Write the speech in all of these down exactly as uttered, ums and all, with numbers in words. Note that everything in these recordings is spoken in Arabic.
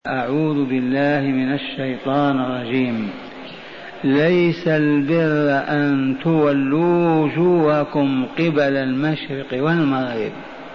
أعوذ بالله من الشيطان الرجيم. ليس البر أن تولوا وجوهكم قبل المشرق والمغرب،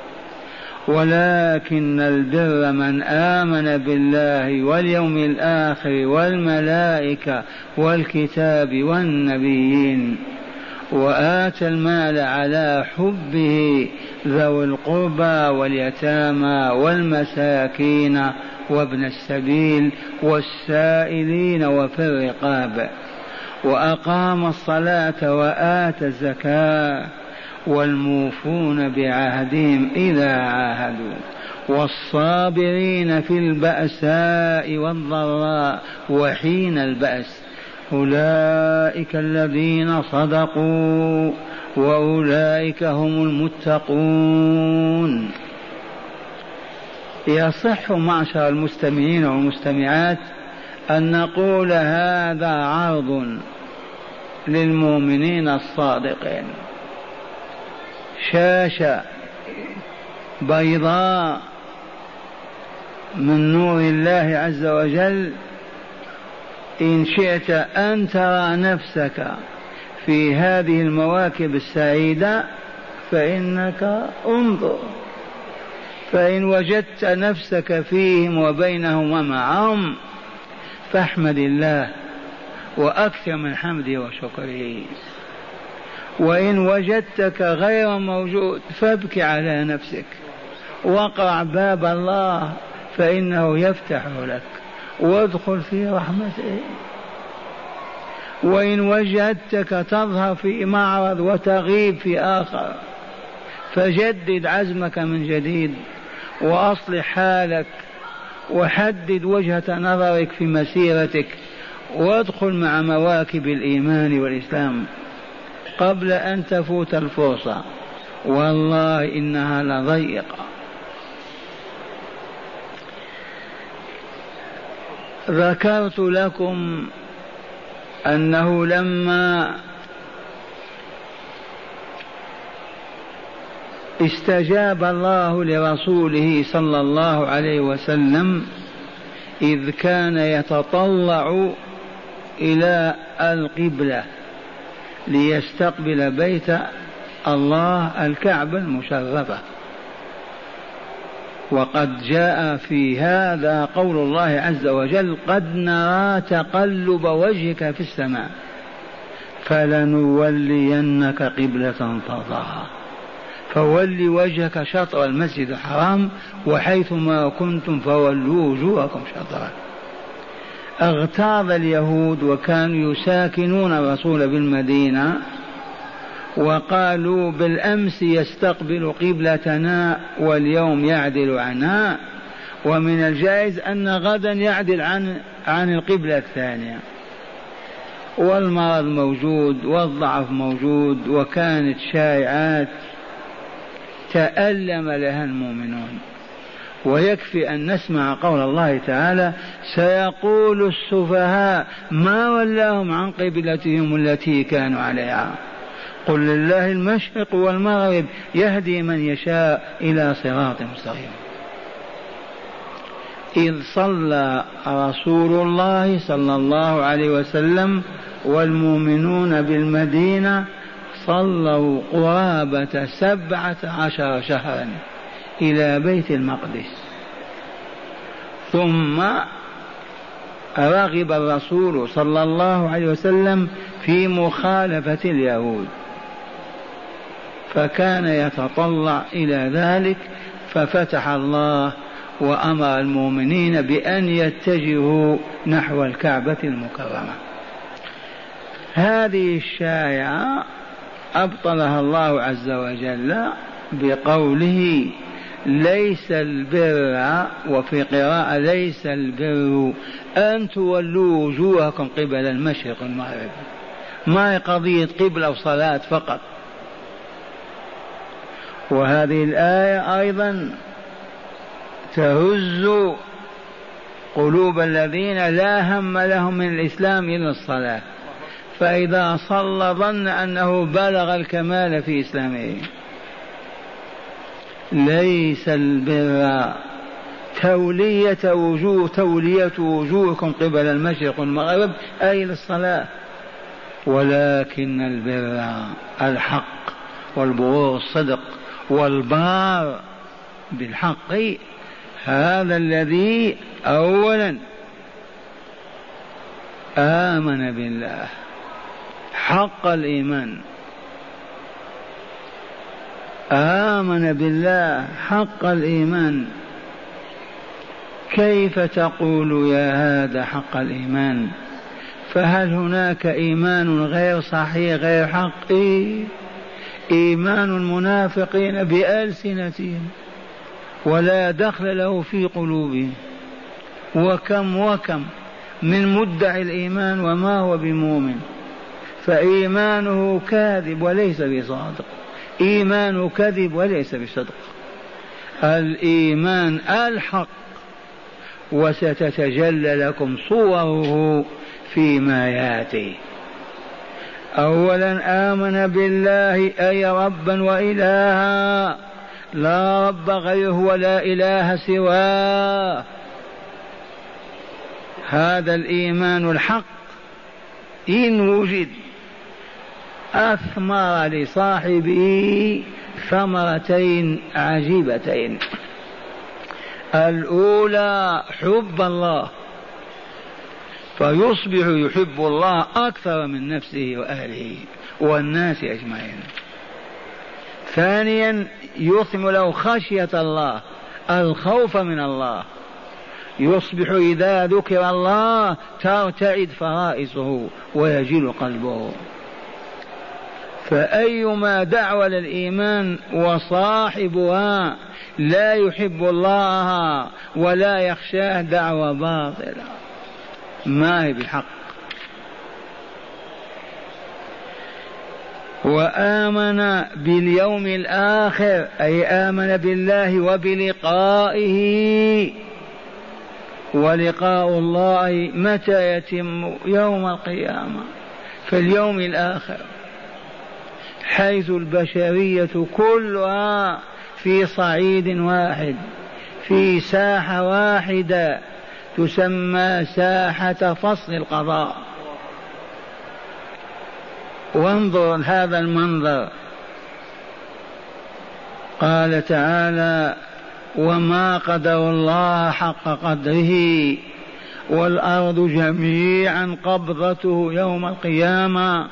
ولكن البر من آمن بالله واليوم الآخر والملائكة والكتاب والنبيين، وآتى المال على حبه ذوي القربى واليتامى والمساكين وابن السبيل والسائلين وفي الرقاب، وأقام الصلاة وآتى الزكاة، والموفون بعهدهم إذا عاهدوا، والصابرين في البأساء والضراء وحين البأس، أولئك الذين صدقوا وأولئك هم المتقون. يصح معشر المستمعين والمستمعات أن نقول هذا عرض للمؤمنين الصادقين، شاشة بيضاء من نور الله عز وجل. إن شئت أن ترى نفسك في هذه المواكب السعيدة فإنك انظر، فإن وجدت نفسك فيهم وبينهم ومعهم فاحمد الله وأكثر من حمده وشكره، وإن وجدتك غير موجود فابك على نفسك واقرع باب الله فإنه يفتح لك، وادخل في رحمته. وإن وجدتك تظهر في معرض وتغيب في آخر فجدد عزمك من جديد وأصلح حالك وحدد وجهة نظرك في مسيرتك، وادخل مع مواكب الإيمان والإسلام قبل أن تفوت الفرصة، والله إنها لضيقة. ذكرت لكم أنه لما استجاب الله لرسوله صلى الله عليه وسلم إذ كان يتطلع إلى القبلة ليستقبل بيت الله الكعبة المشرفة، وقد جاء في هذا قول الله عز وجل: قد نرى تقلب وجهك في السماء فلنولينك قبلة ترضاها، فول وجهك شطر المسجد الحرام وحيثما كنتم فولوا وجوهكم شطره. اغتاظ اليهود وكانوا يساكنون الرسول بالمدينة وقالوا: بالأمس يستقبل قبلتنا واليوم يعدل عنها، ومن الجائز أن غدا يعدل عن عن القبلة الثانية. والمرض موجود والضعف موجود، وكانت شائعات تألم لها المؤمنون. ويكفي أن نسمع قول الله تعالى: سيقول السفهاء ما ولاهم عن قبلتهم التي كانوا عليها قل لله المشرق والمغرب يهدي من يشاء إلى صراط مستقيم. إذ صلى رسول الله صلى الله عليه وسلم والمؤمنون بالمدينة صلوا قرابة سبعة عشر شهرا إلى بيت المقدس، ثم رغب الرسول صلى الله عليه وسلم في مخالفة اليهود، فكان يتطلع إلى ذلك، ففتح الله وأمر المؤمنين بأن يتجهوا نحو الكعبة المكرمة. هذه الشائعة أبطلها الله عز وجل بقوله: ليس البر، وفي قراءة ليس البر أن تولوا وجوهكم قبل المشرق والمغرب، ما قضية قبلة وصلاة فقط. وهذه الآية أيضا تهز قلوب الذين لا هم لهم من الإسلام إلا الصلاة، فإذا صلى ظن أنه بلغ الكمال في إسلامه. ليس البر تولية وجوه تولية وجوهكم قبل المشرق والمغرب أي للصلاة، ولكن البر الحق والبرور الصدق والبار بالحق هذا الذي أولا آمن بالله حق الإيمان، آمن بالله حق الإيمان. كيف تقول يا هذا حق الإيمان؟ فهل هناك إيمان غير صحيح غير حق؟ إيه؟ إيمان المنافقين بألسنتهم ولا دخل له في قلوبهم، وكم وكم من مدعي الإيمان وما هو بمؤمن، فإيمانه كاذب وليس بصادق، إيمانه كذب وليس بصدق. الإيمان الحق وستتجلى لكم صوره فيما ياتي. أولا آمن بالله أي ربا وإلها، لا رب غيره ولا إله سواه. هذا الإيمان الحق إن وجد أثمر لصاحبه ثمرتين عجيبتين. الأولى حب الله، فيصبح يحب الله أكثر من نفسه وأهله والناس أجمعين. ثانيا يثم له خشية الله، الخوف من الله، يصبح إذا ذكر الله ترتعد فرائصه ويجل قلبه. فأيما دعوة للإيمان وصاحبها لا يحب الله ولا يخشاه دعوة باطلة ما هي بحق. وآمن باليوم الآخر أي آمن بالله وبلقائه، ولقاء الله متى يتم؟ يوم القيامة، في اليوم الآخر، حيث البشرية كلها في صعيد واحد في ساحة واحدة تسمى ساحة فصل القضاء. وانظر هذا المنظر، قال تعالى: وما قدر الله حق قدره والأرض جميعا قبضته يوم القيامة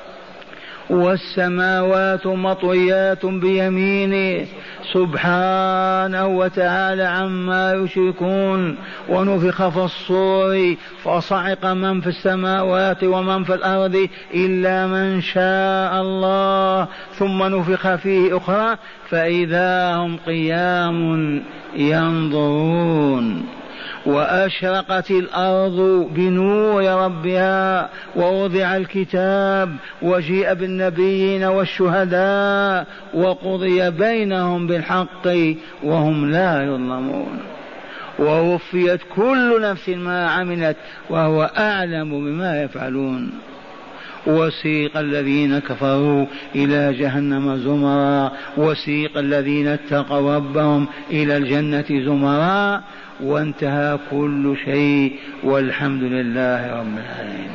والسماوات مطويات بيمينه سبحانه وتعالى عما يشركون. ونفخ في الصور فصعق من في السماوات ومن في الأرض إلا من شاء الله ثم نفخ فيه أخرى فإذا هم قيام ينظرون. وأشرقت الأرض بنور ربها ووضع الكتاب وجيء بالنبيين والشهداء وقضي بينهم بالحق وهم لا يظلمون. ووفيت كل نفس ما عملت وهو أعلم بما يفعلون. وسيق الذين كفروا إلى جهنم زمرا وسيق الذين اتقوا ربهم إلى الجنة زمرا وانتهى كل شيء والحمد لله رب العالمين.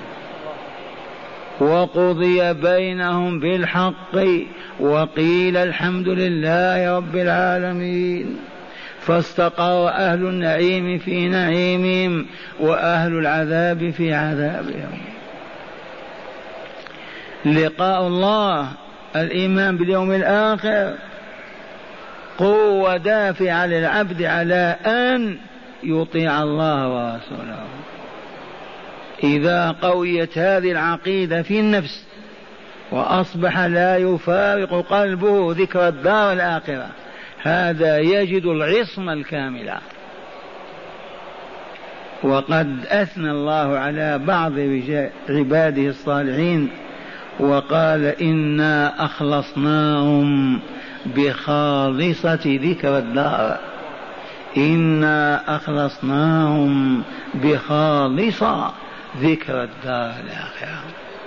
وقضي بينهم بالحق وقيل الحمد لله رب العالمين. فاستقر أهل النعيم في نعيمهم وأهل العذاب في عذابهم. لقاء الله، الإيمان باليوم الآخر، قوة دافعة للعبد على أن يطيع الله ورسوله. إذا قويت هذه العقيدة في النفس وأصبح لا يفارق قلبه ذكر الدار الآخرة، هذا يجد العصمة الكاملة. وقد أثنى الله على بعض عباده الصالحين وقال: إنا أخلصناهم بخالصة ذكر الدار. إنا أخلصناهم بخالصة ذكر الدار الآخرة.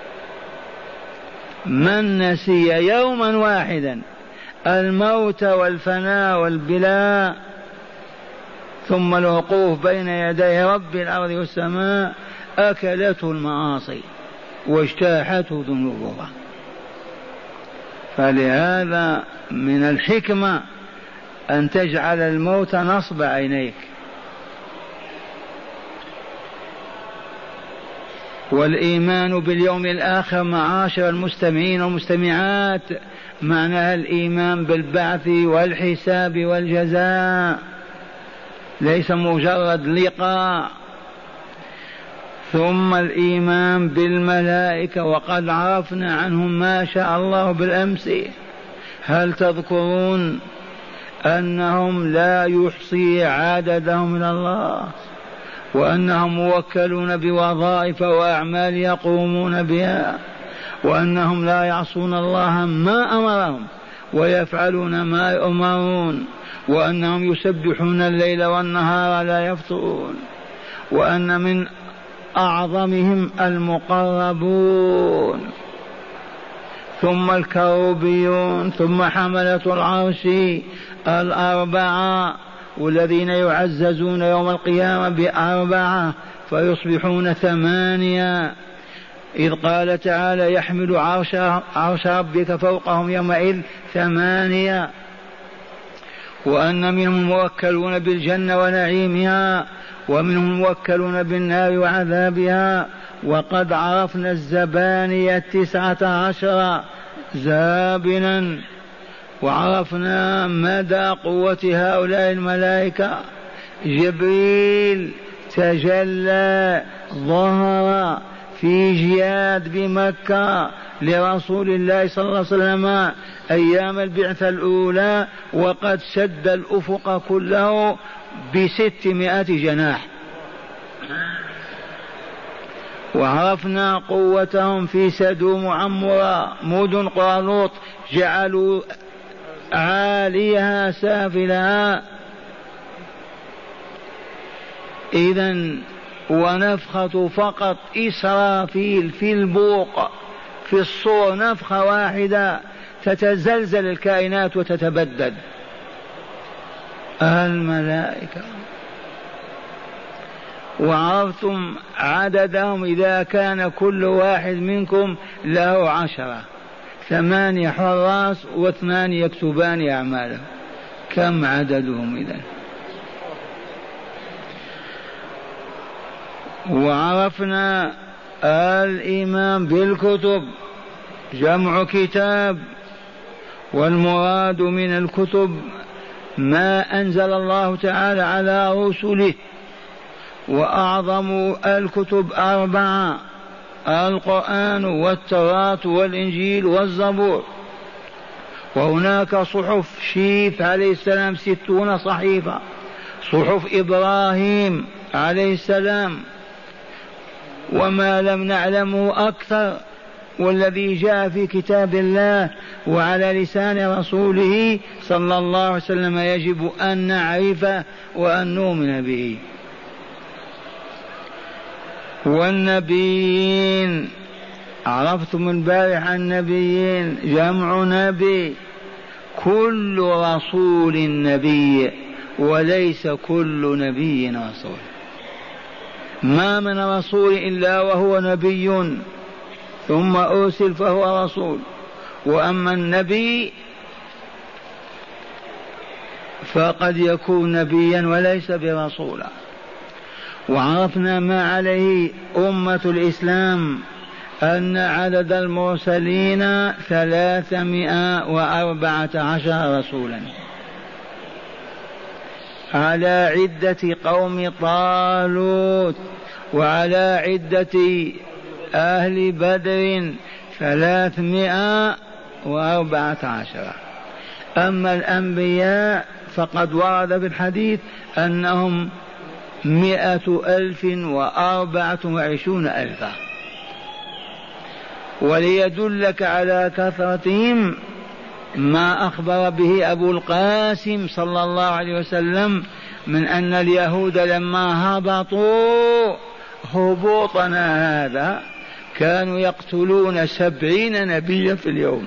من نسي يوما واحدا الموت والفناء والبلاء ثم الوقوف بين يدي رب الأرض والسماء أكلته المعاصي واجتاحته ذنوبه. فلهذا من الحكمة أن تجعل الموت نصب عينيك. والإيمان باليوم الآخر معاشر المستمعين والمستمعات معناها الإيمان بالبعث والحساب والجزاء، ليس مجرد لقاء. ثم الإيمان بالملائكة، وقد عرفنا عنهم ما شاء الله بالأمس. هل تذكرون أنهم لا يحصي عددهم إلى الله، وأنهم موكلون بوظائف وأعمال يقومون بها، وأنهم لا يعصون الله ما أمرهم ويفعلون ما يؤمرون، وأنهم يسبحون الليل والنهار لا يفترون، وأن من أعظمهم المقربون، ثم الكروبيون، ثم حملة العرش الأربعة، والذين يعززون يوم القيامة بأربعة فيصبحون ثمانية، إذ قال تعالى يحمل عرش, عرش ربك فوقهم يومئذ ثمانية. وأن منهم موكلون بالجنة ونعيمها، ومنهم موكلون بالنار وعذابها. وقد عرفنا الزبانية التسعة عشر زابنا، وعرفنا مدى قوة هؤلاء الملائكة. جبريل تجلى ظهر في جياد بمكة لرسول الله صلى الله عليه وسلم أيام البعثة الأولى، وقد سد الأفق كله بستمائة جناح. وعرفنا قوتهم في سدوم وعمرة مدن قالوط، جعلوا عاليها سافلها. إذن ونفخة فقط إسرافيل في البوق في الصور نفخة واحدة تتزلزل الكائنات وتتبدد. الملائكة وعرفتم عددهم إذا كان كل واحد منكم له عشرة، ثمانية حراس واثنان يكتبان أعماله، كم عددهم إذن؟ وعرفنا الإيمان بالكتب، جمع كتاب، والمراد من الكتب ما أنزل الله تعالى على رسله، وأعظم الكتب أربعة: القرآن والتوراة والإنجيل والزبور. وهناك صحف شيث عليه السلام ستون صحيفة، صحف إبراهيم عليه السلام، وما لم نعلمه أكثر، والذي جاء في كتاب الله وعلى لسان رسوله صلى الله عليه وسلم يجب أن نعرفه وأن نؤمن به. والنبيين عرفتم البارح النبيين جمع نبي، كل رسول نبي وليس كل نبي رسول. ما من رسول إلا وهو نبي ثم أرسل فهو رسول، وأما النبي فقد يكون نبيا وليس برسولا. وعرفنا ما عليه أمة الإسلام أن عدد المرسلين ثلاثمائة وأربعة عشر رسولا على عدة قوم طالوت، وعلى عدة أهل بدر ثلاثمائة وأربعة عشر. أما الأنبياء فقد ورد في الحديث أنهم مئة ألف وأربعة وعشرون ألفا. وليدلك على كثرتهم ما أخبر به أبو القاسم صلى الله عليه وسلم من أن اليهود لما هبطوا هبوطنا هذا كانوا يقتلون سبعين نبيا في اليوم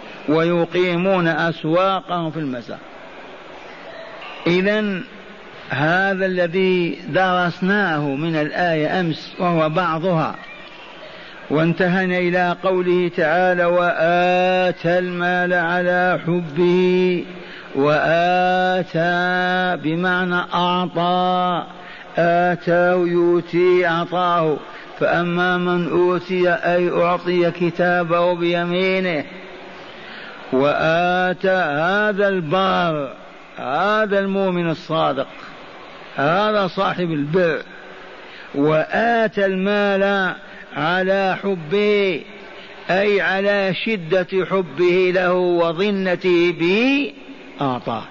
ويقيمون أسواقهم في المساء. إذن هذا الذي درسناه من الآية أمس وهو بعضها. وانتهينا إلى قوله تعالى وآتى المال على حبه. وآتى بمعنى أعطى، آتاه يؤتي أعطاه. فأما من أوتي أي أعطي كتابه بيمينه. وآتى هذا البار، هذا المؤمن الصادق، هذا صاحب البر. وآتى المال على حبه أي على شدة حبه له وظنته به أعطاه.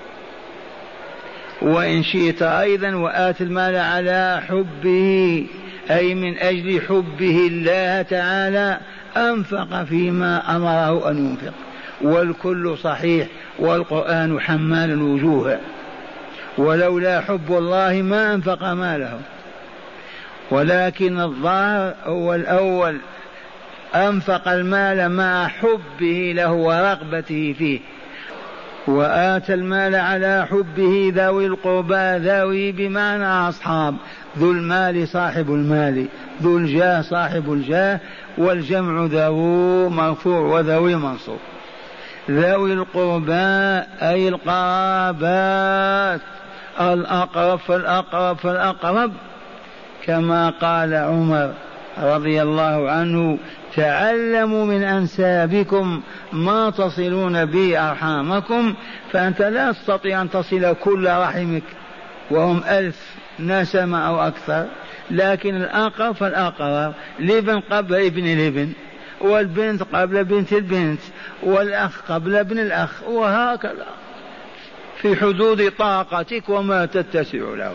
وإن شئت أيضا وآتى المال على حبه أي من أجل حبه الله تعالى أنفق فيما أمره أن ينفق. والكل صحيح، والقرآن حمال الوجوه. ولولا حب الله ما أنفق ماله، ولكن الظاهر هو الأول، أنفق المال مع حبه له ورغبته فيه. وآتى المال على حبه ذوي القربى، ذوي بمعنى أصحاب، ذو المال صاحب المال، ذو الجاه صاحب الجاه، والجمع ذو مرفوع وذوي منصوب. ذوي القربى أي القرابات، الأقرب فالأقرب فالأقرب، كما قال عمر رضي الله عنه تعلموا من أنسابكم ما تصلون به أرحامكم. فأنت لا تستطيع أن تصل كل رحمك وهم ألف نسمة أو أكثر، لكن الأقرب فالأقرب، الابن قبل ابن الابن، والبنت قبل بنت البنت، والأخ قبل ابن الأخ، وهكذا في حدود طاقتك وما تتسع له.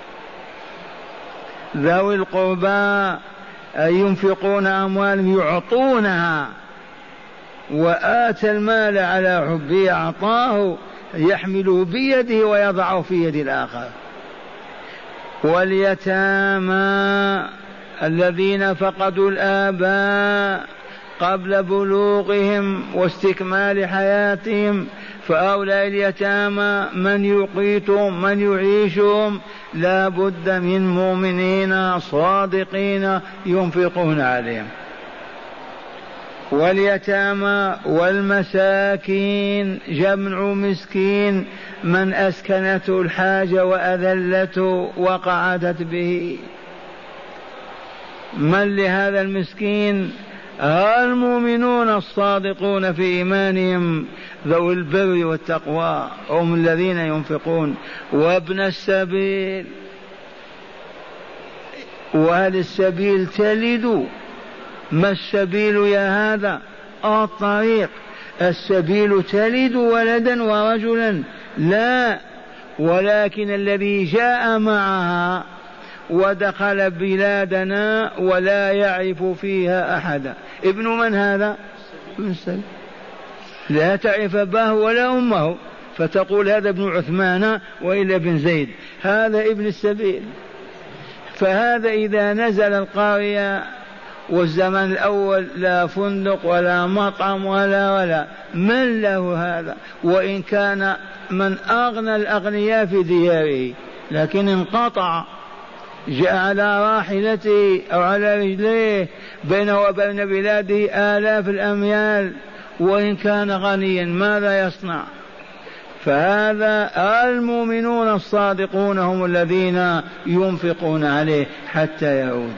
ذوي القربى أي ينفقون أموالهم يعطونها. وآتى المال على حبه أعطاه، يحمله بيده ويضعه في يد الآخر. واليتامى الذين فقدوا الآباء قبل بلوغهم واستكمال حياتهم، فأولئك اليتامى من يقيتهم من يعيشهم لا بد من مؤمنين صادقين ينفقون عليهم. واليتامى والمساكين جمع مسكين، من أسكنته الحاجة وأذلته وقعدت به. من لهذا المسكين؟ المؤمنون الصادقون في إيمانهم ذوي البر والتقوى، هم الذين ينفقون. وابن السبيل، وهل السبيل تلد؟ ما السبيل يا هذا؟ الطريق. السبيل تلد ولدا ورجلا؟ لا، ولكن الذي جاء معها ودخل بلادنا ولا يعرف فيها أحدا. ابن من هذا؟ ابن السبيل، لا تعرف أباه ولا أمه، فتقول هذا ابن عثمان وإلا ابن زيد، هذا ابن السبيل. فهذا إذا نزل القرية والزمن الأول لا فندق ولا مطعم ولا ولا من له هذا؟ وإن كان من أغنى الأغنياء في دياره، لكن انقطع، جاء على راحلته أو على رجليه، بينه وبين بلاده آلاف الأميال، وإن كان غنيا ماذا يصنع؟ فهذا المؤمنون الصادقون هم الذين ينفقون عليه حتى يعود.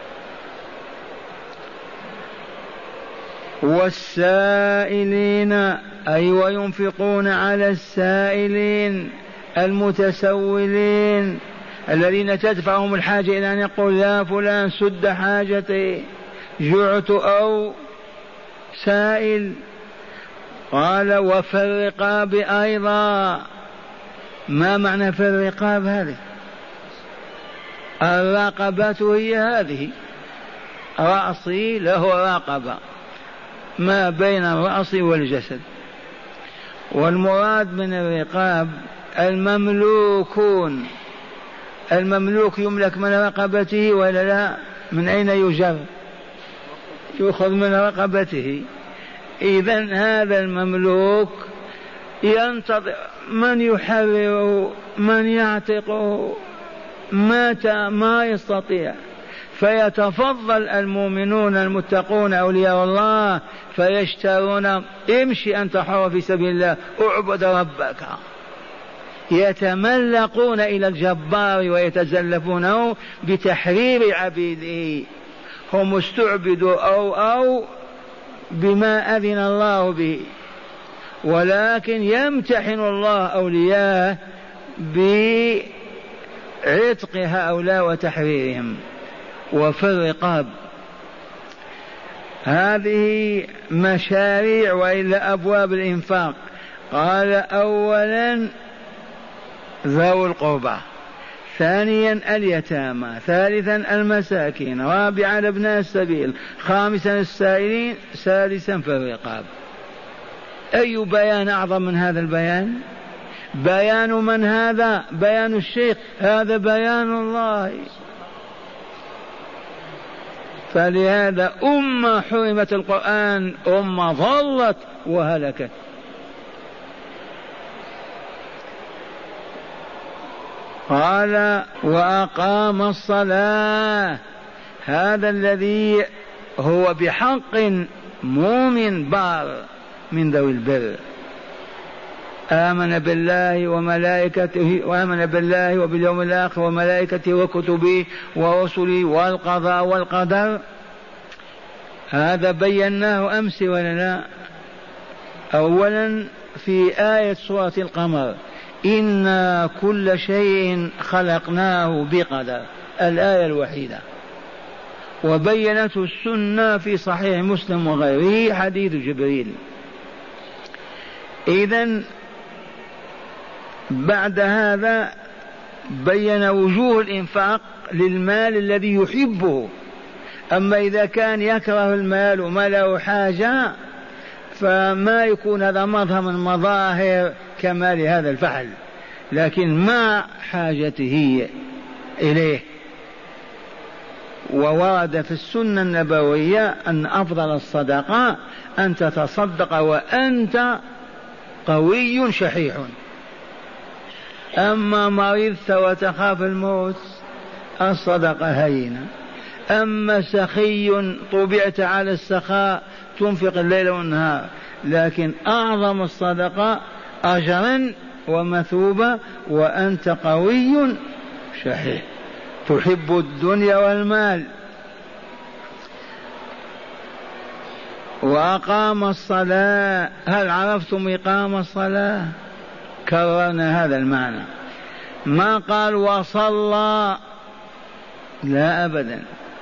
والسائلين أي وينفقون على السائلين المتسولين الذين تدفعهم الحاجة إلى أن يقول يا فلان سد حاجتي، جعت أو سائل. قال وفي الرقاب أيضا. ما معنى في الرقاب هذه؟ الرقبة هي هذه، رأسي له رقبة ما بين الرأس والجسد. والمراد من الرقاب المملوكون. المملوك يملك من رقبته ولا لا؟ من أين يجر؟ يأخذ من رقبته. إذن هذا المملوك ينتظر من يحرره من يعتقه، متى ما يستطيع. فيتفضل المؤمنون المتقون أولياء الله فيشترون، امشي أنت حر في سبيل الله، اعبد ربك. يتملقون إلى الجبار ويتزلفونه بتحرير عبيده. هم استعبدوا أو أو بما أذن الله به، ولكن يمتحن الله أولياءه بعتق هؤلاء وتحريرهم وفي الرقاب. هذه مشاريع وإلا أبواب الإنفاق. قال أولا ذوي القربى، ثانيا اليتامى، ثالثا المساكين، رابعا ابناء السبيل، خامسا السائلين، سادسا في الرقاب. أي بيان أعظم من هذا البيان؟ بيان من هذا؟ بيان الشيخ، هذا بيان الله. فلهذا أمة حرمت القرآن أمة ضلت وهلكت. قال وأقام الصلاة، هذا الذي هو بحق مؤمن بار من ذوي البر، آمن بالله وملائكته، وآمن بالله وباليوم الآخر وملائكته وكتبه ورسله والقضاء والقدر. هذا بيناه أمس ولا لا؟ أولا في آية سورة القمر إنا كل شيء خلقناه بقدر، الآية الوحيدة، وبينته السنة في صحيح مسلم وغيره حديث جبريل. إذن بعد هذا بين وجوه الإنفاق للمال الذي يحبه. أما إذا كان يكره المال وما له حاجة فما يكون هذا مظهر من مظاهر كمال هذا الفعل، لكن مع حاجته إليه. وورد في السنة النبوية أن أفضل الصدقة أن تتصدق وأنت قوي شحيح. أما مرضت وتخاف الموت الصدقة هينة. أما سخي طبعت على السخاء تنفق الليل والنهار، لكن أعظم الصدقة أجرا ومثوبة وأنت قوي شحيح تحب الدنيا والمال. وأقام الصلاة، هل عرفتم إقام الصلاة؟ كررنا هذا المعنى، ما قال وصلى، لا أبدا،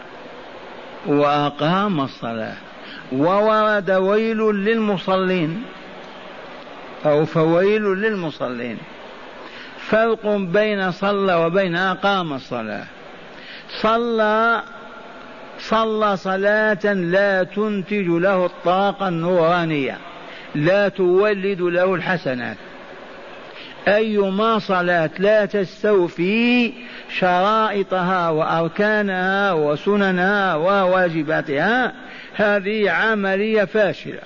وأقام الصلاة. وورد ويل للمصلين أو فويل للمصلين. فرق بين صلى وبين أقام الصلاة. صلى صلى صلاة لا تنتج له الطاقة النورانية، لا تولد له الحسنات. أيما صلاة لا تستوفي شرائطها وأركانها وسننها وواجباتها هذه عملية فاشلة،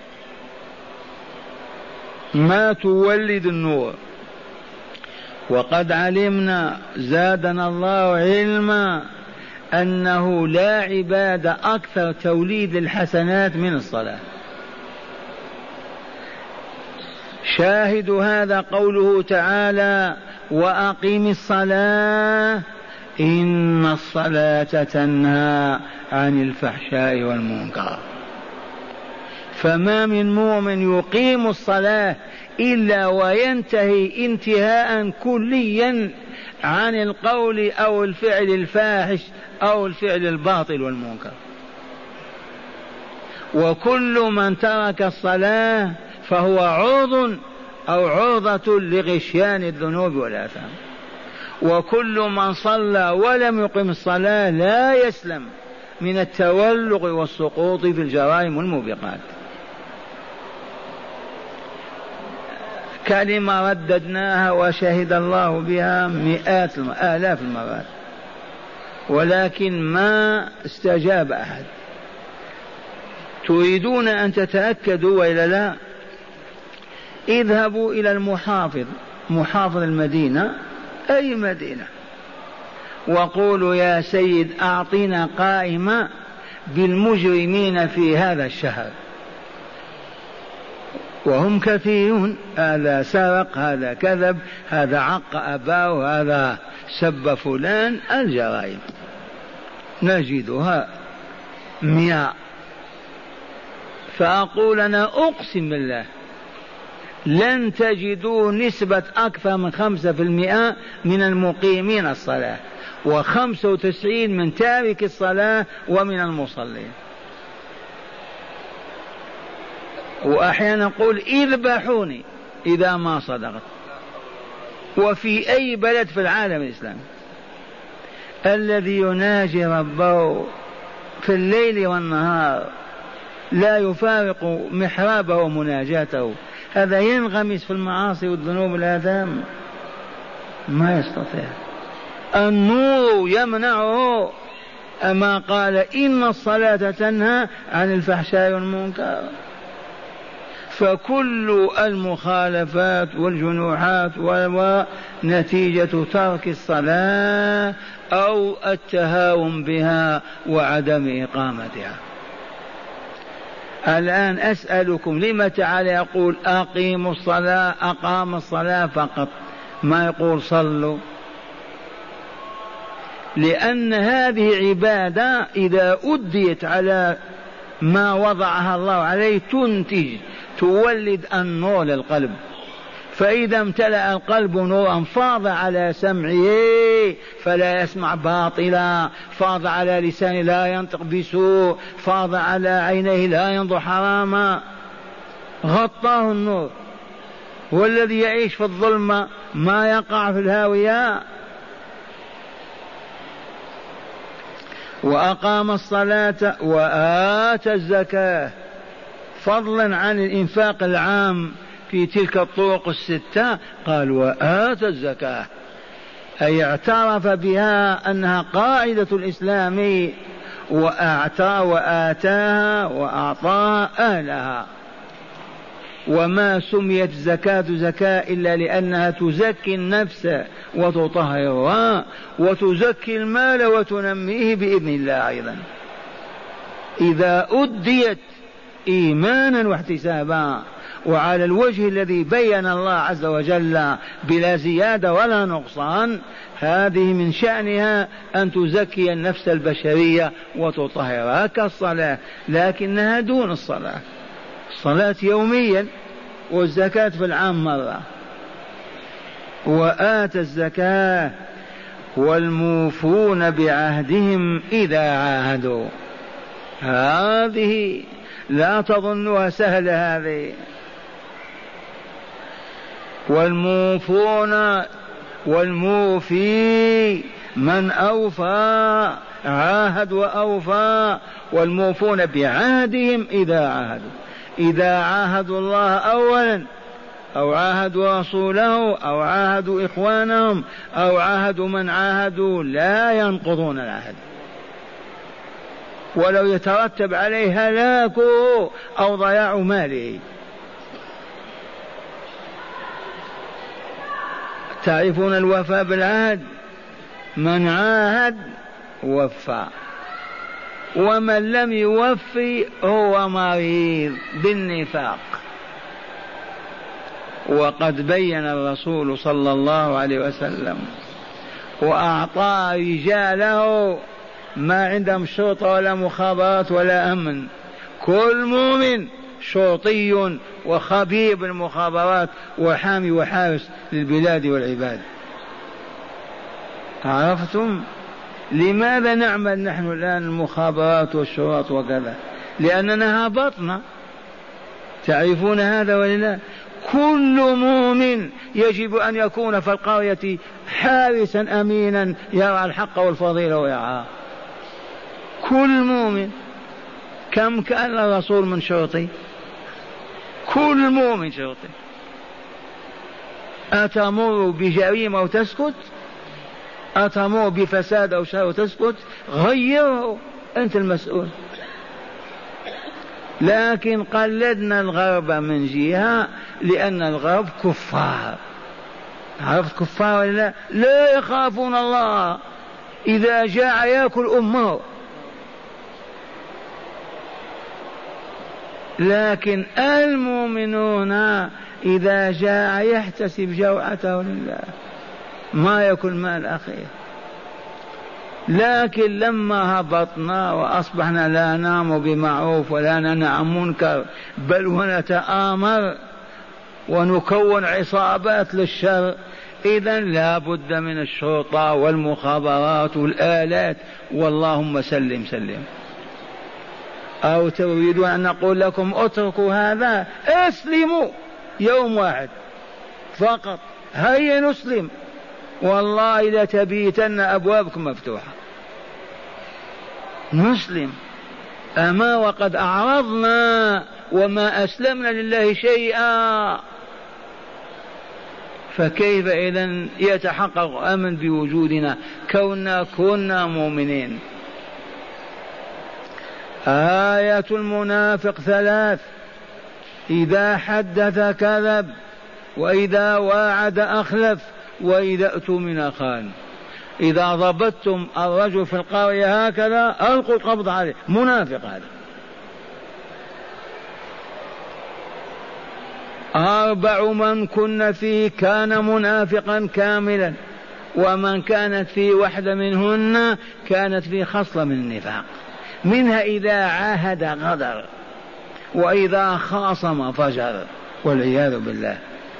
ما تولد النور. وقد علمنا زادنا الله علما أنه لا عبادة أكثر توليد الحسنات من الصلاة. شاهد هذا قوله تعالى وأقم الصلاة إن الصلاة تنهى عن الفحشاء والمنكر. فما من مؤمن يقيم الصلاة إلا وينتهي انتهاء كليا عن القول أو الفعل الفاحش أو الفعل الباطل والمنكر. وكل من ترك الصلاة فهو عرض أو عرضة لغشيان الذنوب والآثام. وكل من صلى ولم يقم الصلاة لا يسلم من التولغ والسقوط في الجرائم والموبقات. كلمة رددناها وشهد الله بها مئات آلاف المرات، ولكن ما استجاب أحد. تريدون أن تتأكدوا وإلا لا؟ اذهبوا إلى المحافظ، محافظ المدينة أي مدينة، وقولوا يا سيد أعطنا قائمة بالمجرمين في هذا الشهر، وهم كثيرون، هذا سرق، هذا كذب، هذا عق أباه، هذا سب فلان، الجرائم نجدها مئة. فأقول أنا أقسم بالله لن تجدوا نسبة أكثر من خمسة في المئة من المقيمين الصلاة، وخمسة وتسعين من تارك الصلاة ومن المصلين. وأحيانا أقول اذبحوني إذا ما صدقت. وفي أي بلد في العالم الإسلامي الذي يناجي ربه في الليل والنهار لا يفارق محرابه ومناجاته، هذا ينغمس في المعاصي والذنوب والآثام؟ ما يستطيع. النور يمنعه، أما قال إن الصلاة تنهى عن الفحشاء والمنكر. فكل المخالفات والجنوحات ونتيجة ترك الصلاة أو التهاون بها وعدم إقامتها. الآن أسألكم لما تعالى يقول أقيموا الصلاة، أقام الصلاة فقط، ما يقول صلوا؟ لأن هذه عبادة إذا أديت على ما وضعها الله عليه تنتج، تولد النور للقلب، فإذا امتلأ القلب نورا فاض على سمعه فلا يسمع باطلا، فاض على لسانه لا ينطق بسوء، فاض على عينيه لا ينظر حراما، غطاه النور. والذي يعيش في الظلمة ما يقع في الهاوية. وأقام الصلاة وآتى الزكاة، فضلا عن الإنفاق العام في تلك الطرق الستة، قال وآتى الزكاة، أي اعترف بها أنها قاعدة الإسلام، وأعطى وآتاها وأعطاها أهلها. وما سميت زكاة زكاة إلا لأنها تزكي النفس وتطهرها وتزكي المال وتنميه بإذن الله أيضا، إذا أديت إيمانا واحتسابا وعلى الوجه الذي بين الله عز وجل بلا زيادة ولا نقصان. هذه من شأنها أن تزكي النفس البشرية وتطهرها كالصلاة، لكنها دون الصلاة. الصلاة يوميا والزكاة في العام مرة. وآتى الزكاة والموفون بعهدهم إذا عاهدوا، هذه لا تظنها سهلة هذه. والموفون والموفي من أوفى عاهد وأوفى، والموفون بعهدهم إذا عاهدوا، إذا عاهدوا الله أولا أو عاهدوا رسوله أو عاهدوا إخوانهم أو عاهدوا من عاهدوا لا ينقضون العهد، ولو يترتب عليه هلاكه أو ضياع ماله. تعرفون الوفاء بالعهد؟ من عاهد وفى، ومن لم يوفي هو مريض بالنفاق. وقد بين الرسول صلى الله عليه وسلم وأعطى رجاله ما عندهم شرطة ولا مخابرات ولا أمن، كل مؤمن شرطي وخبير بالمخابرات وحامي وحارس للبلاد والعباد. عرفتم لماذا نعمل نحن الآن المخابرات والشرط وكذا؟ لأننا هبطنا. تعرفون هذا ولا؟ كل مؤمن يجب أن يكون في القرية حارسا أمينا يرعى الحق والفضيلة ويرعاه. كل مؤمن. كم كان الرسول من شرطي؟ كل مؤمن شرطي. أتمر بجريمة وتسكت؟ أتمر بفساد أو شر وتسكت؟ غيره، أنت المسؤول. لكن قلدنا الغرب من جهة لأن الغرب كفار. عرفت كفار ولا لا؟ لا يخافون الله، إذا جاع يأكل أمه. لكن المؤمنون إذا جاع يحتسب جوعته لله، ما يأكل مال أخيه. لكن لما هبطنا وأصبحنا لا نام بمعروف ولا ننهى عن منكر، بل ونتآمر ونكون عصابات للشر، إذن لا بد من الشرطة والمخابرات والآلات، واللهم سلم سلم. أو تريدون أن نقول لكم اتركوا هذا؟ اسلموا يوم واحد فقط، هيا نسلم، والله لتبيتن أبوابكم مفتوحة. نسلم، أما وقد أعرضنا وما أسلمنا لله شيئا، فكيف إذن يتحقق أمن بوجودنا كوننا كنا مؤمنين؟ آية المنافق ثلاث: إذا حدث كذب، وإذا واعد أخلف، وإذا اؤتمن خان. إذا ضبطتم الرجل في القرية هكذا ألقوا القبض عليه، منافق هذا. أربع من كن فيه كان منافقا كاملا، ومن كانت في واحدة منهن كانت في خصلة من النفاق، منها إذا عاهد غدر، وإذا خاصم فجر، والعياذ بالله.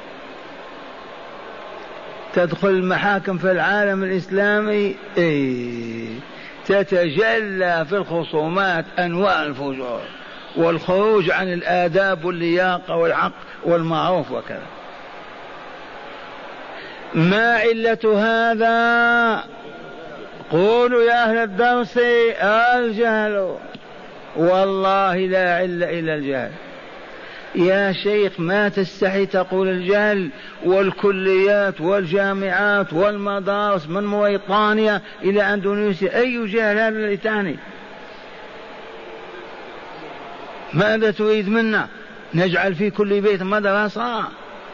تدخل المحاكم في العالم الإسلامي إيه تتجلى في الخصومات أنواع الفجور والخروج عن الآداب واللياقة والحق والمعروف وكذا. ما علة هذا؟ قولوا يا أهل الدرس: الجهل. والله لا علة إلا الجهل. يا شيخ ما تستحي تقول الجهل؟ والكليات والجامعات والمدارس من موريطانيا إلى أندونيسيا، أي جهل هذا الذي تعني؟ ماذا تريد منا؟ نجعل في كل بيت مدرسة؟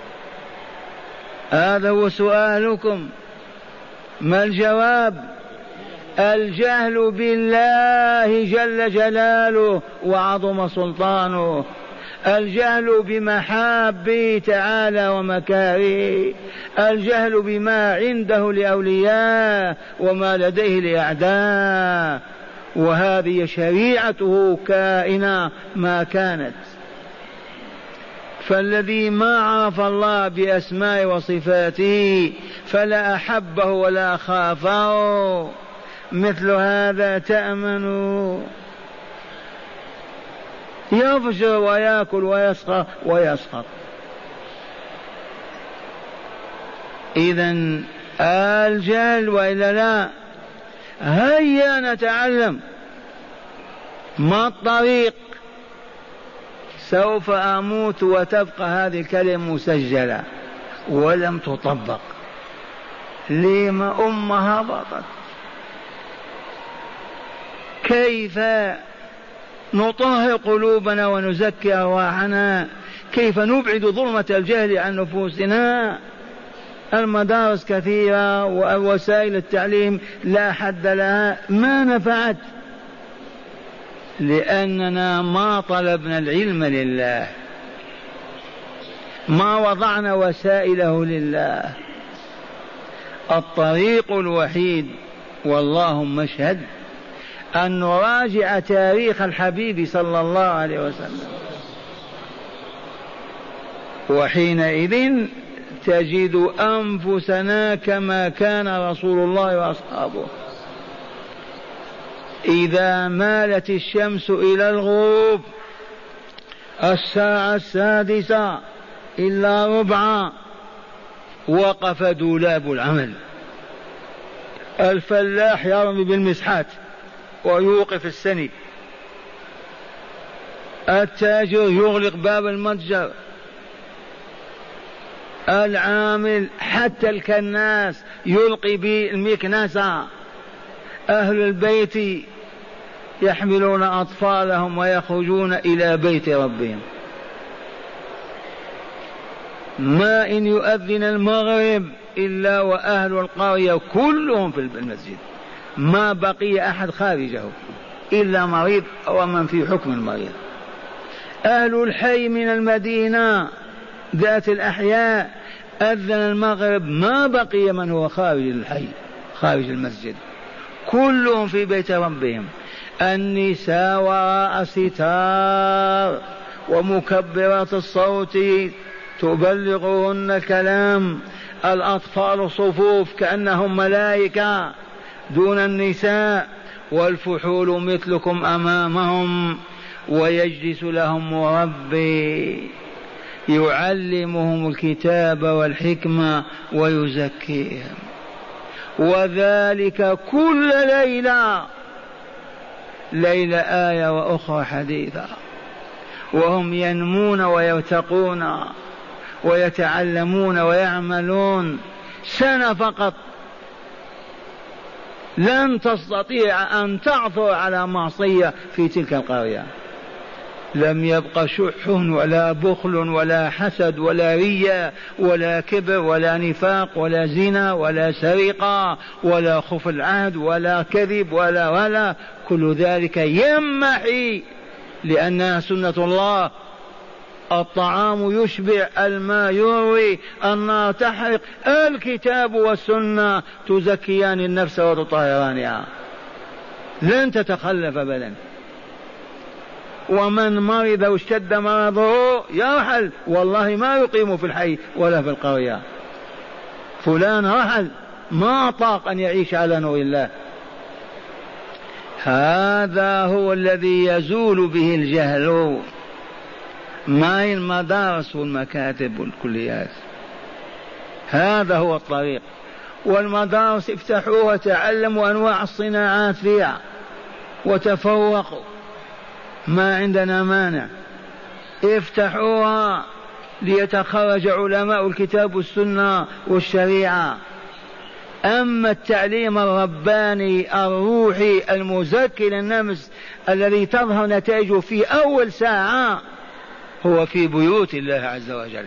هذا هو سؤالكم. ما الجواب؟ الجهل بالله جل جلاله وعظم سلطانه، الجهل بمحابه تعالى ومكاره، الجهل بما عنده لأولياء وما لديه لأعداء، وهذه شريعته كائنة ما كانت. فالذي ما عرف الله بأسماء وصفاته فلا أحبه ولا خافه، مثل هذا تأمنوا يفجر ويأكل ويسخر ويسخر. إذن الجهل وإلا لا؟ هيا نتعلم ما الطريق. سوف أموت وتبقى هذه الكلمة مسجلة ولم تطبق. لما أمها هبطت. كيف نطهر قلوبنا ونزكي أرواحنا؟ كيف نبعد ظلمة الجهل عن نفوسنا؟ المدارس كثيرة ووسائل التعليم لا حد لها، ما نفعت، لأننا ما طلبنا العلم لله، ما وضعنا وسائله لله. الطريق الوحيد واللهم اشهد أن نراجع تاريخ الحبيب صلى الله عليه وسلم، وحينئذ تجد أنفسنا كما كان رسول الله وأصحابه. إذا مالت الشمس إلى الغروب الساعة السادسة إلا ربع وقف دولاب العمل، الفلاح يرمي بالمسحات ويوقف السني، التاجر يغلق باب المتجر، العامل حتى الكناس يلقي بالمكنسة، أهل البيت يحملون أطفالهم ويخرجون إلى بيت ربهم. ما إن يؤذن المغرب إلا وأهل القرية كلهم في المسجد، ما بقي أحد خارجه إلا مريض أو من في حكم المريض. أهل الحي من المدينة ذات الأحياء أذن المغرب ما بقي من هو خارج الحي خارج المسجد، كلهم في بيت ربهم. النساء وراء ستار ومكبرات الصوت تبلغهن الكلام، الأطفال صفوف كأنهم ملائكة دون النساء، والفحول مثلكم أمامهم، ويجلس لهم مربي يعلمهم الكتاب والحكمة ويزكيهم، وذلك كل ليلة، ليلة آية وأخرى حديثة، وهم ينمون ويرتقون ويتعلمون ويعملون. سنة فقط لن تستطيع أن تعثر على معصية في تلك القرية. لم يبق شح ولا بخل ولا حسد ولا رياء ولا كبر ولا نفاق ولا زنا ولا سرقة ولا خف العهد ولا كذب ولا ولا كل ذلك يمحي، لأنها سنة الله. الطعام يشبع، الماء يروي، النار تحرق، الكتاب والسنة تزكيان النفس وتطهرانها، لن تتخلف أبدا. ومن مرض واشتد مرضه يرحل، والله ما يقيم في الحي ولا في القرية. فلان رحل ما طاق أن يعيش على نور الله. هذا هو الذي يزول به الجهل، ما هي المدارس والمكاتب والكليات، هذا هو الطريق. والمدارس افتحوها تعلموا أنواع الصناعات فيها وتفوقوا، ما عندنا مانع، افتحوها ليتخرج علماء الكتاب والسنة والشريعة. أما التعليم الرباني الروحي المزكي للنفس الذي تظهر نتائجه في أول ساعة هو في بيوت الله عز وجل.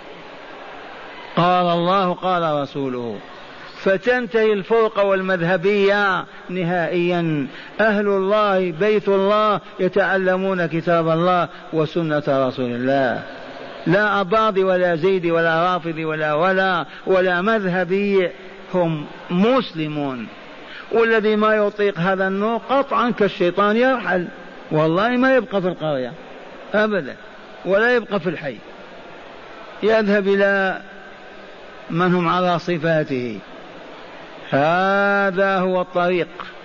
قال الله قال رسوله، فتنتهي الفرقة والمذهبية نهائيا. أهل الله بيت الله يتعلمون كتاب الله وسنة رسول الله، لا أباضي ولا زيدي ولا رافضي ولا ولا ولا مذهبي، هم مسلمون. والذي ما يطيق هذا النور قطعا كالشيطان يرحل، والله ما يبقى في القرية أبدا ولا يبقى في الحي، يذهب إلى من هم على صفاته. هذا هو الطريق،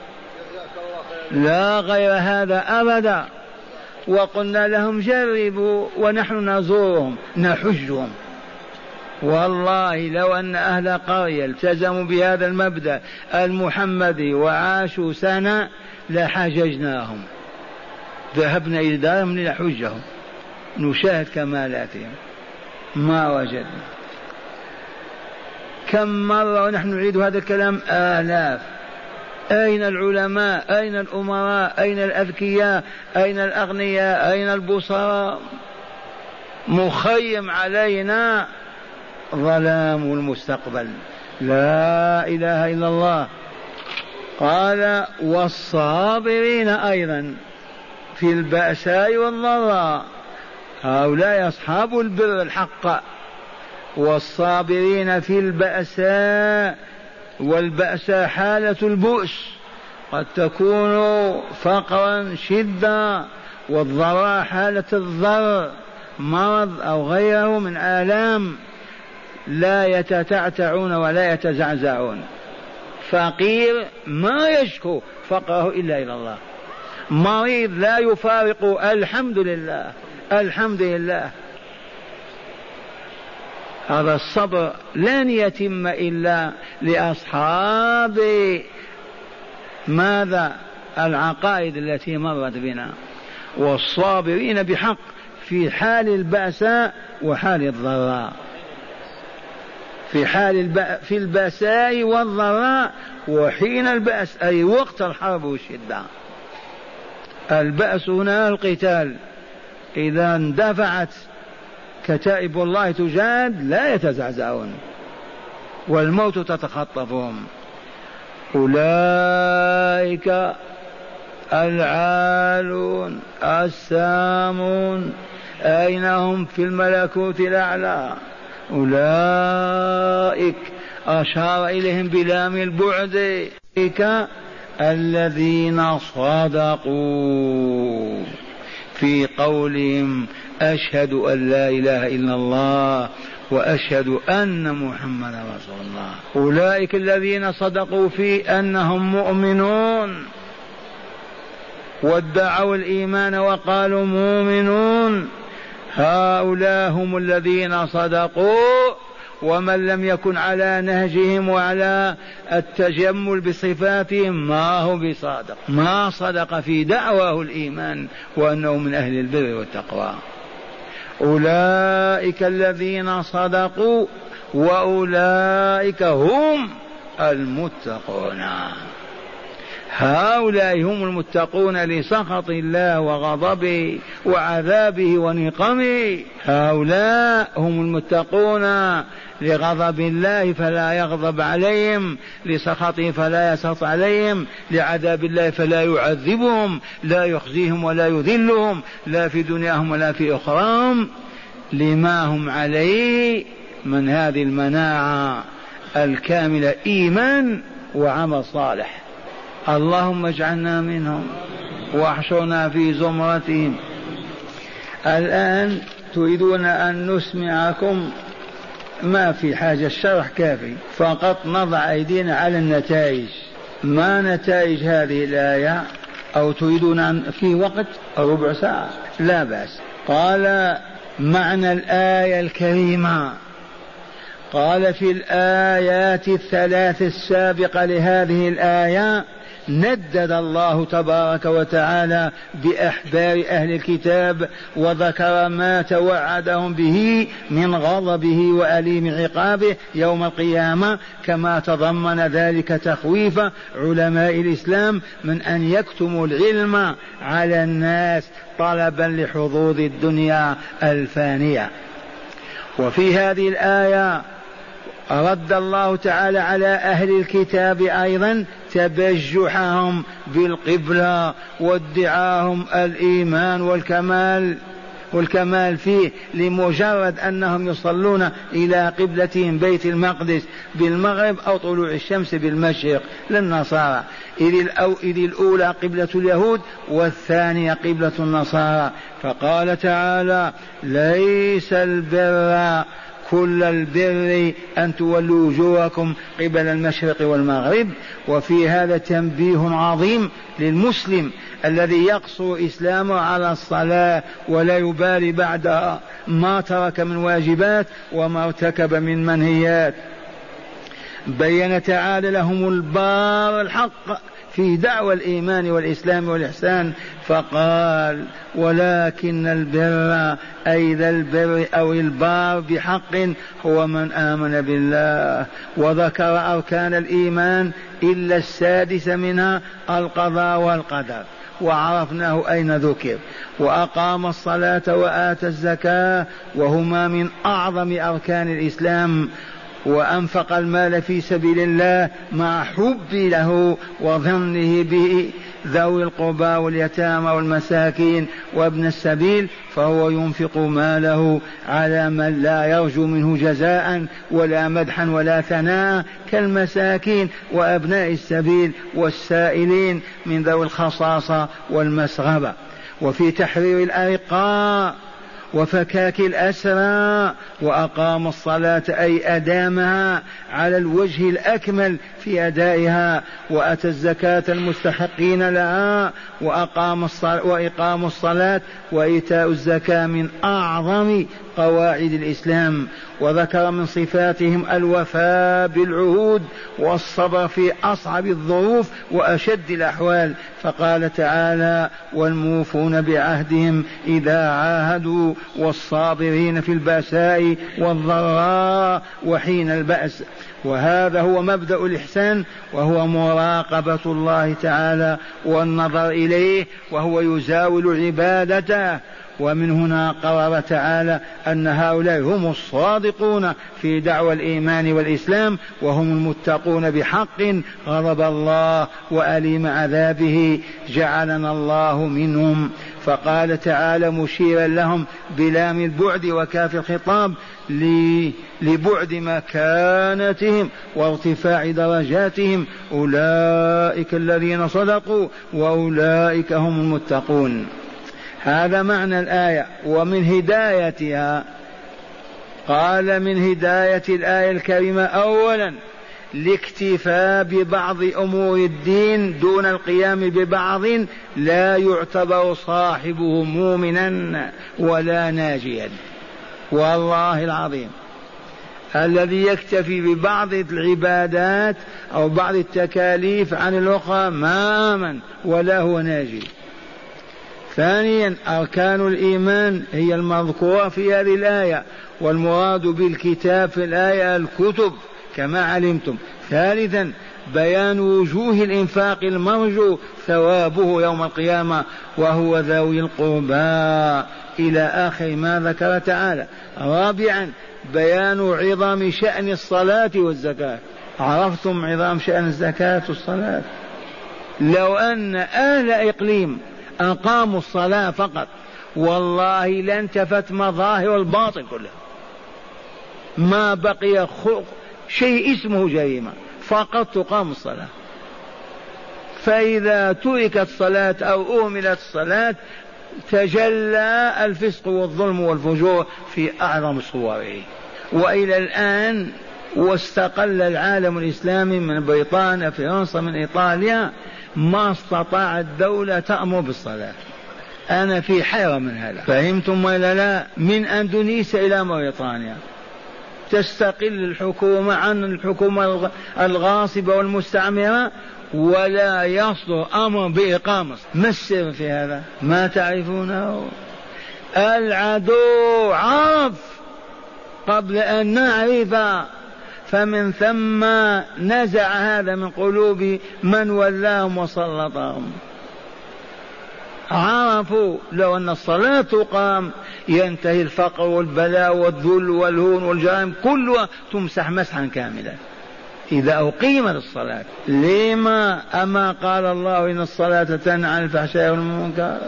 لا غير هذا أبدا. وقلنا لهم جربوا، ونحن نزورهم نحجهم. والله لو أن أهل قرية التزموا بهذا المبدأ المحمدي وعاشوا سنة لحججناهم، ذهبنا إلى دارهم لنحجهم نشاهد كمالاتهم، ما وجدنا. كم مرة ونحن نعيد هذا الكلام آلاف. أين العلماء؟ أين الأمراء؟ أين الأذكياء؟ أين الأغنياء؟ أين البصراء؟ مخيم علينا ظلام المستقبل. لا إله إلا الله. قال والصابرين أيضا في البأساء والضراء، هؤلاء أصحاب البر الحق. والصابرين في البأساء، والبأساء حالة البؤس، قد تكون فقرا شدة، والضراء حالة الضر مرض أو غيره من آلام، لا يتتعتعون ولا يتزعزعون. فقير ما يشكو فقره إلا إلى الله، مريض لا يفارق الحمد لله الحمد لله. هذا الصبر لن يتم إلا لأصحاب ماذا؟ العقائد التي مرت بنا. والصابرين بحق في حال البأساء وحال الضراء، في حال الب... في البأساء والضراء وحين البأس، أي وقت الحرب والشدة. البأس هنا القتال، إذا اندفعت كتائب الله تجاد لا يتزعزعون والموت تتخطفهم. أولئك العالون السامون أين هم؟ في الملكوت الأعلى. أولئك أشار إليهم بلام البعد، أولئك الذين صدقوا في قولهم أشهد أن لا إله إلا الله وأشهد أن محمدا رسول الله. أولئك الذين صدقوا في أنهم مؤمنون وادعوا الإيمان وقالوا مؤمنون، هؤلاء هم الذين صدقوا. ومن لم يكن على نهجهم وعلى التجمل بصفاتهم ما هو بصادق، ما صدق في دعواه الإيمان وأنه من أهل البر والتقوى. أولئك الذين صدقوا وأولئك هم المتقون. هؤلاء هم المتقون لسخط الله وغضبه وعذابه ونقمه. هؤلاء هم المتقون لغضب الله فلا يغضب عليهم، لسخطه فلا يسخط عليهم، لعذاب الله فلا يعذبهم، لا يخزيهم ولا يذلهم لا في دنياهم ولا في أخراهم، لما هم عليه من هذه المناعة الكاملة، إيمان وعمل صالح. اللهم اجعلنا منهم واحشرنا في زمرتهم. الآن تريدون أن نسمعكم، ما في حاجة الشرح كافي، فقط نضع أيدينا على النتائج. ما نتائج هذه الآية؟ أو تريدون أن في وقت ربع ساعة؟ لا بأس. قال معنى الآية الكريمة، قال في الآيات الثلاث السابقة لهذه الآية ندد الله تبارك وتعالى بأحبار أهل الكتاب وذكر ما توعدهم به من غضبه وأليم عقابه يوم القيامة، كما تضمن ذلك تخويف علماء الإسلام من أن يكتموا العلم على الناس طلبا لحظوظ الدنيا الفانية. وفي هذه الآية رد الله تعالى على أهل الكتاب أيضا تبجحهم بالقبلة وادعاهم الإيمان والكمال والكمال فيه لمجرد أنهم يصلون إلى قبلتهم بيت المقدس بالمغرب أو طلوع الشمس بالمشرق للنصارى، إذ الأولى قبلة اليهود والثانية قبلة النصارى. فقال تعالى ليس البر كل البر أن تولوا وجوهكم قبل المشرق والمغرب. وفي هذا تنبيه عظيم للمسلم الذي يقصر إسلامه على الصلاة ولا يبالي بعدها ما ترك من واجبات وما ارتكب من منهيات. بين تعالى لهم البار الحق في دعوى الإيمان والإسلام والإحسان، فقال ولكن البر أي ذا البر أو البار بحق هو من آمن بالله. وذكر أركان الإيمان إلا السادس منها القضاء والقدر، وعرفناه أين ذكر. وأقام الصلاة وآتى الزكاة وهما من أعظم أركان الإسلام. وأنفق المال في سبيل الله مع حب له وظنه به ذوي القربى واليتامى والمساكين وابن السبيل، فهو ينفق ماله على من لا يرجو منه جزاء ولا مدحا ولا ثناء كالمساكين وأبناء السبيل والسائلين من ذوي الخصاصة والمسغبة. وفي تحرير الأرقاء وفكاك الأسرى. وأقام الصلاة أي أدامها على الوجه الأكمل في أدائها. وأتى الزكاة المستحقين لها. وأقام الصلاة وإقام الصلاة وإيتاء الزكاة من أعظم قواعد الإسلام. وذكر من صفاتهم الوفاء بالعهود والصبر في أصعب الظروف وأشد الأحوال، فقال تعالى والموفون بعهدهم إذا عاهدوا والصابرين في البأساء والضراء وحين البأس. وهذا هو مبدأ الإحسان، وهو مراقبة الله تعالى والنظر إليه، وهو يزاول عبادته. ومن هنا قرر تعالى أن هؤلاء هم الصادقون في دعوى الإيمان والإسلام، وهم المتقون بحق غضب الله وأليم عذابه، جعلنا الله منهم. فقال تعالى مشيرا لهم بلام البعد وكاف الخطاب لبعد مكانتهم وارتفاع درجاتهم: أولئك الذين صدقوا وأولئك هم المتقون. هذا معنى الآية. ومن هدايتها قال من هداية الآية الكريمة أولا الاكتفاء ببعض أمور الدين دون القيام ببعض لا يعتبر صاحبه مؤمنا ولا ناجيا. والله العظيم الذي يكتفي ببعض العبادات أو بعض التكاليف عن الأخرى ما آمن ولا هو ناجي. ثانيا أركان الإيمان هي المذكورة في هذه الآية، والمراد بالكتاب في الآية الكتب كما علمتم. ثالثا بيان وجوه الإنفاق المرجو ثوابه يوم القيامة، وهو ذوي القربى إلى آخر ما ذكر تعالى. رابعا بيان عظم شأن الصلاة والزكاة. عرفتم عظام شأن الزكاة والصلاة؟ لو أن أهل إقليم أقاموا الصلاة فقط والله لانتفت مظاهر الباطل كلها، ما بقي شيء اسمه جريمة، فقط تقام الصلاة. فإذا تركت الصلاة أو أهملت الصلاة تجلى الفسق والظلم والفجور في أعظم صوره. وإلى الآن واستقل العالم الإسلامي من بريطانيا فرنسا من إيطاليا ما استطاعت دولة تأمر بالصلاة. أنا في حيرة من هذا. فهمتم ولا لا؟ من أندونيسيا إلى بريطانيا تستقل الحكومة عن الحكومة الغاصبة والمستعمرة ولا يصدر أمر بإقامة. ما السر في هذا؟ ما تعرفونه؟ العدو عرف قبل أن نعرف، فمن ثم نزع هذا من قلوب من ولاهم وسلطهم. عرفوا لو أن الصلاة تقام ينتهي الفقر والبلاء والذل والهون والجرائم كلها تمسح مسحا كاملا إذا أقيمت الصلاة. لما أما قال الله إن الصلاة تنهى عن الفحشاء والمنكر؟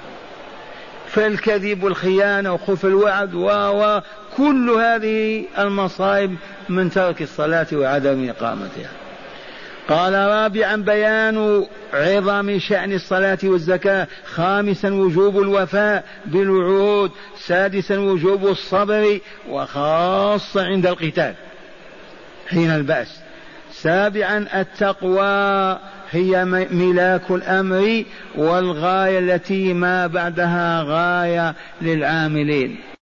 فالكذب والخيانة وخلف الوعد وكل هذه المصائب من ترك الصلاة وعدم إقامتها. قال رابعا بيان عظم شأن الصلاة والزكاة. خامسا وجوب الوفاء بالوعود. سادسا وجوب الصبر وخاصة عند القتال حين البأس. سابعا التقوى هي ملاك الأمر والغاية التي ما بعدها غاية للعاملين.